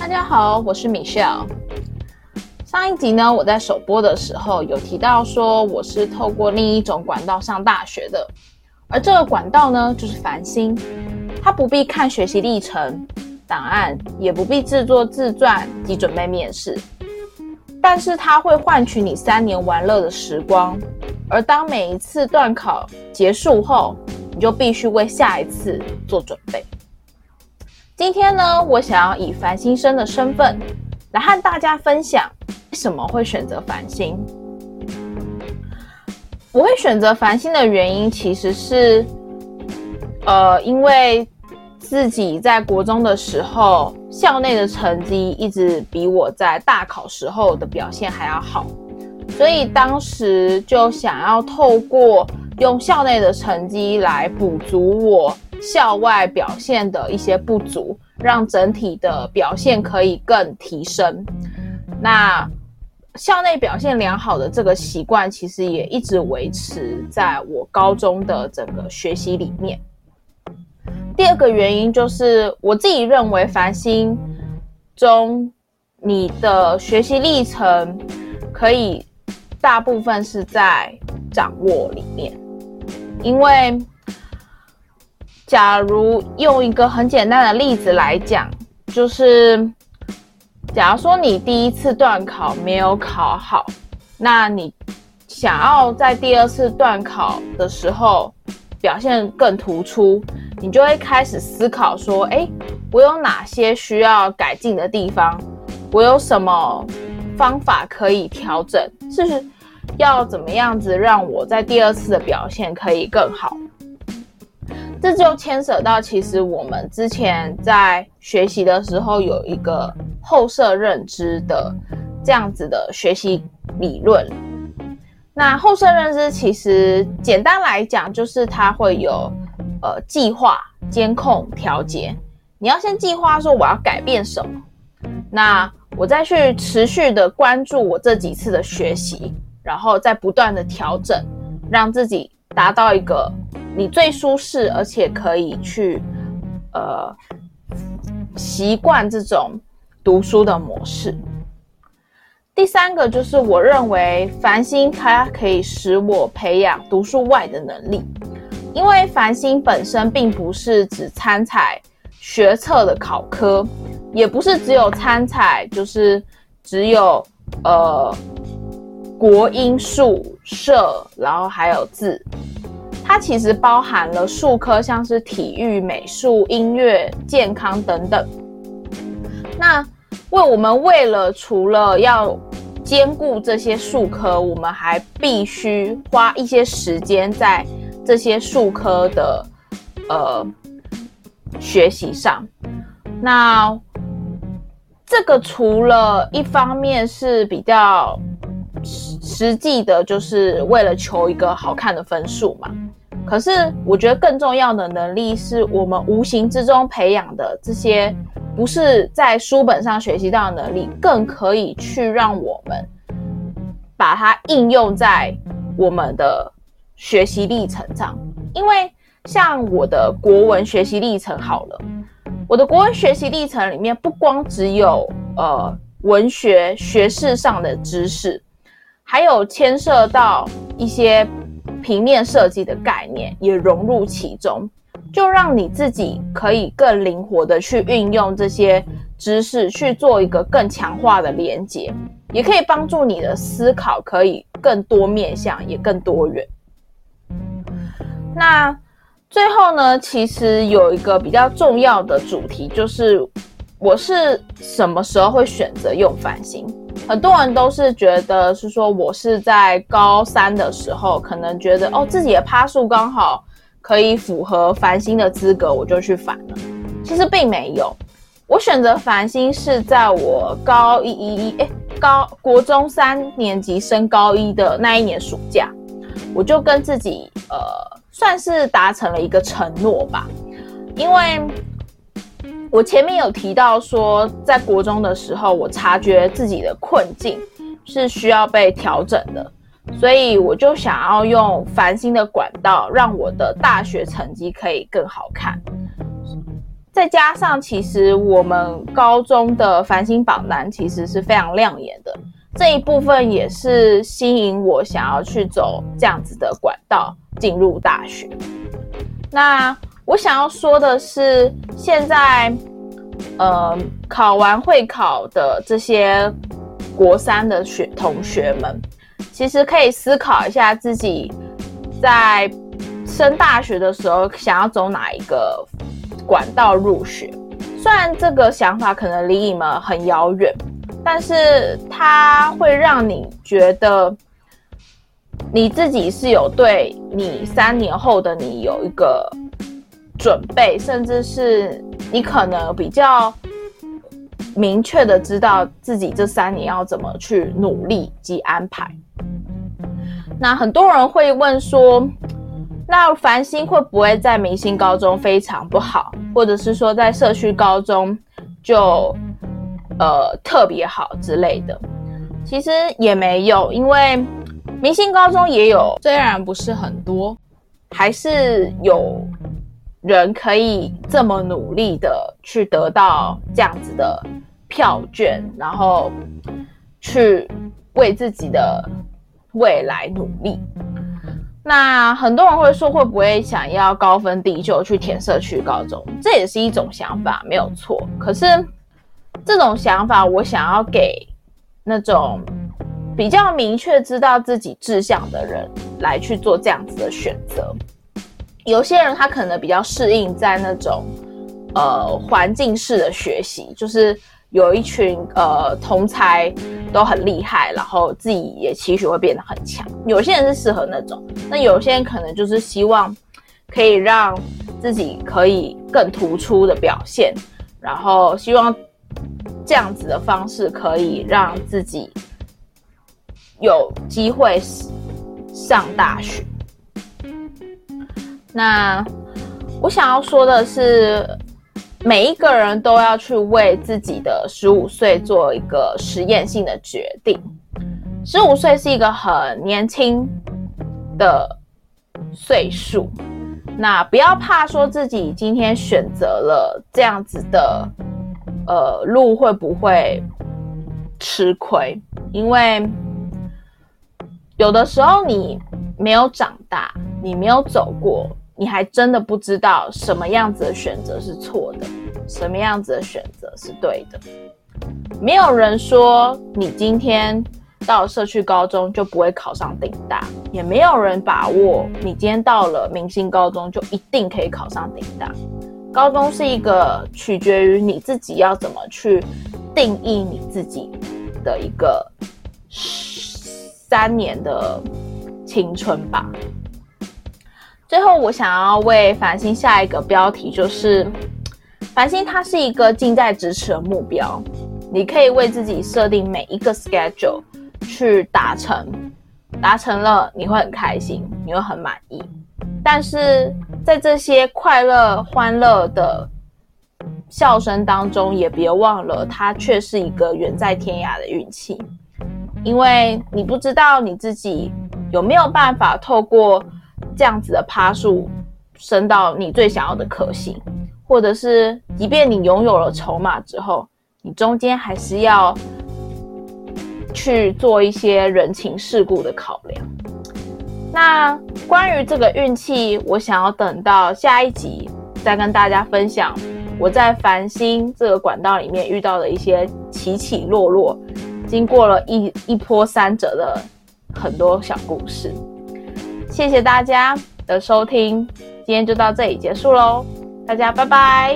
大家好，我是 Michelle。上一集呢，我在首播的时候有提到说我是透过另一种管道上大学的，而这个管道呢就是繁星，它不必看学习历程、档案，也不必制作自传及准备面试，但是它会换取你3年玩乐的时光，而当每一次段考结束后，你就必须为下一次做准备。今天呢，我想要以繁星生的身份来和大家分享为什么会选择繁星。我会选择繁星的原因其实是因为自己在国中的时候校内的成绩一直比我在大考时候的表现还要好，所以当时就想要透过用校内的成绩来补足我校外表现的一些不足，让整体的表现可以更提升。那校内表现良好的这个习惯其实也一直维持在我高中的整个学习里面。第二个原因就是我自己认为繁星中你的学习历程可以大部分是在掌握里面，因为假如用一个很简单的例子来讲，就是假如说你第一次段考没有考好，那你想要在第二次段考的时候表现更突出，你就会开始思考说，我有哪些需要改进的地方，我有什么方法可以调整，是要怎么样子让我在第二次的表现可以更好。这就牵扯到其实我们之前在学习的时候有一个后设认知的这样子的学习理论。那后设认知其实简单来讲就是它会有计划、监控、调节。你要先计划说我要改变什么，那我再去持续的关注我这几次的学习，然后再不断的调整，让自己达到一个你最舒适而且可以去习惯这种读书的模式。第三个就是我认为繁星它可以使我培养读书外的能力，因为繁星本身并不是只参采学测的考科，也不是只有参采就是只有国英数社然后还有字，它其实包含了术科，像是体育、美术、音乐、健康等等。那我们为了除了要兼顾这些术科，我们还必须花一些时间在这些术科的学习上。那这个除了一方面是比较实际的，就是为了求一个好看的分数嘛，可是我觉得更重要的能力是我们无形之中培养的这些不是在书本上学习到的能力，更可以去让我们把它应用在我们的学习历程上。因为像我的国文学习历程好了，我的国文学习历程里面不光只有文学学识上的知识，还有牵涉到一些平面设计的概念也融入其中，就让你自己可以更灵活的去运用这些知识去做一个更强化的连结，也可以帮助你的思考可以更多面向也更多元。那最后呢，其实有一个比较重要的主题，就是我是什么时候会选择用繁星。很多人都是觉得是说我是在高3的时候可能觉得自己的趴数刚好可以符合繁星的资格，我就去繁了。其实并没有，我选择繁星是在我国中3年级升高1的那一年暑假，我就跟自己算是达成了一个承诺吧。因为我前面有提到说，在国中的时候我察觉自己的困境是需要被调整的，所以我就想要用繁星的管道让我的大学成绩可以更好看。 再加上其实我们高中的繁星榜单其实是非常亮眼的，这一部分也是吸引我想要去走这样子的管道进入大学。那我想要说的是，现在考完会考的这些国三的同学们，其实可以思考一下自己在升大学的时候想要走哪一个管道入学。虽然这个想法可能离你们很遥远，但是它会让你觉得你自己是有对你3年后的你有一个准备，甚至是你可能比较明确的知道自己这3年要怎么去努力及安排。那很多人会问说，那繁星会不会在明星高中非常不好，或者是说在社区高中就特别好之类的？其实也没有，因为明星高中也有，虽然不是很多，还是有人可以这么努力的去得到这样子的票券，然后去为自己的未来努力。那很多人会说，会不会想要高分低就去填社区高中？这也是一种想法，没有错。可是这种想法，我想要给那种比较明确知道自己志向的人来去做这样子的选择。有些人他可能比较适应在那种环境式的学习，就是有一群同才都很厉害，然后自己也期许会变得很强。有些人是适合那种，那有些人可能就是希望可以让自己可以更突出的表现，然后希望这样子的方式可以让自己有机会上大学。那我想要说的是，每一个人都要去为自己的15岁做一个实验性的决定。15岁是一个很年轻的岁数，那不要怕说自己今天选择了这样子的路会不会吃亏，因为有的时候你没有长大，你没有走过，你还真的不知道什么样子的选择是错的，什么样子的选择是对的。没有人说你今天到了社区高中就不会考上顶大，也没有人把握你今天到了明星高中就一定可以考上顶大。高中是一个取决于你自己要怎么去定义你自己的一个3年的青春吧。最后我想要为繁星下一个标题，就是繁星它是一个近在咫尺的目标，你可以为自己设定每一个 schedule 去达成了你会很开心，你会很满意。但是在这些快乐欢乐的笑声当中，也别忘了它却是一个远在天涯的运气，因为你不知道你自己有没有办法透过这样子的趴数升到你最想要的科系，或者是即便你拥有了筹码之后，你中间还是要去做一些人情世故的考量。那关于这个运气，我想要等到下一集再跟大家分享我在繁星这个管道里面遇到的一些起起落落，经过了一波三折的很多小故事。谢谢大家的收听，今天就到这里结束咯，大家拜拜。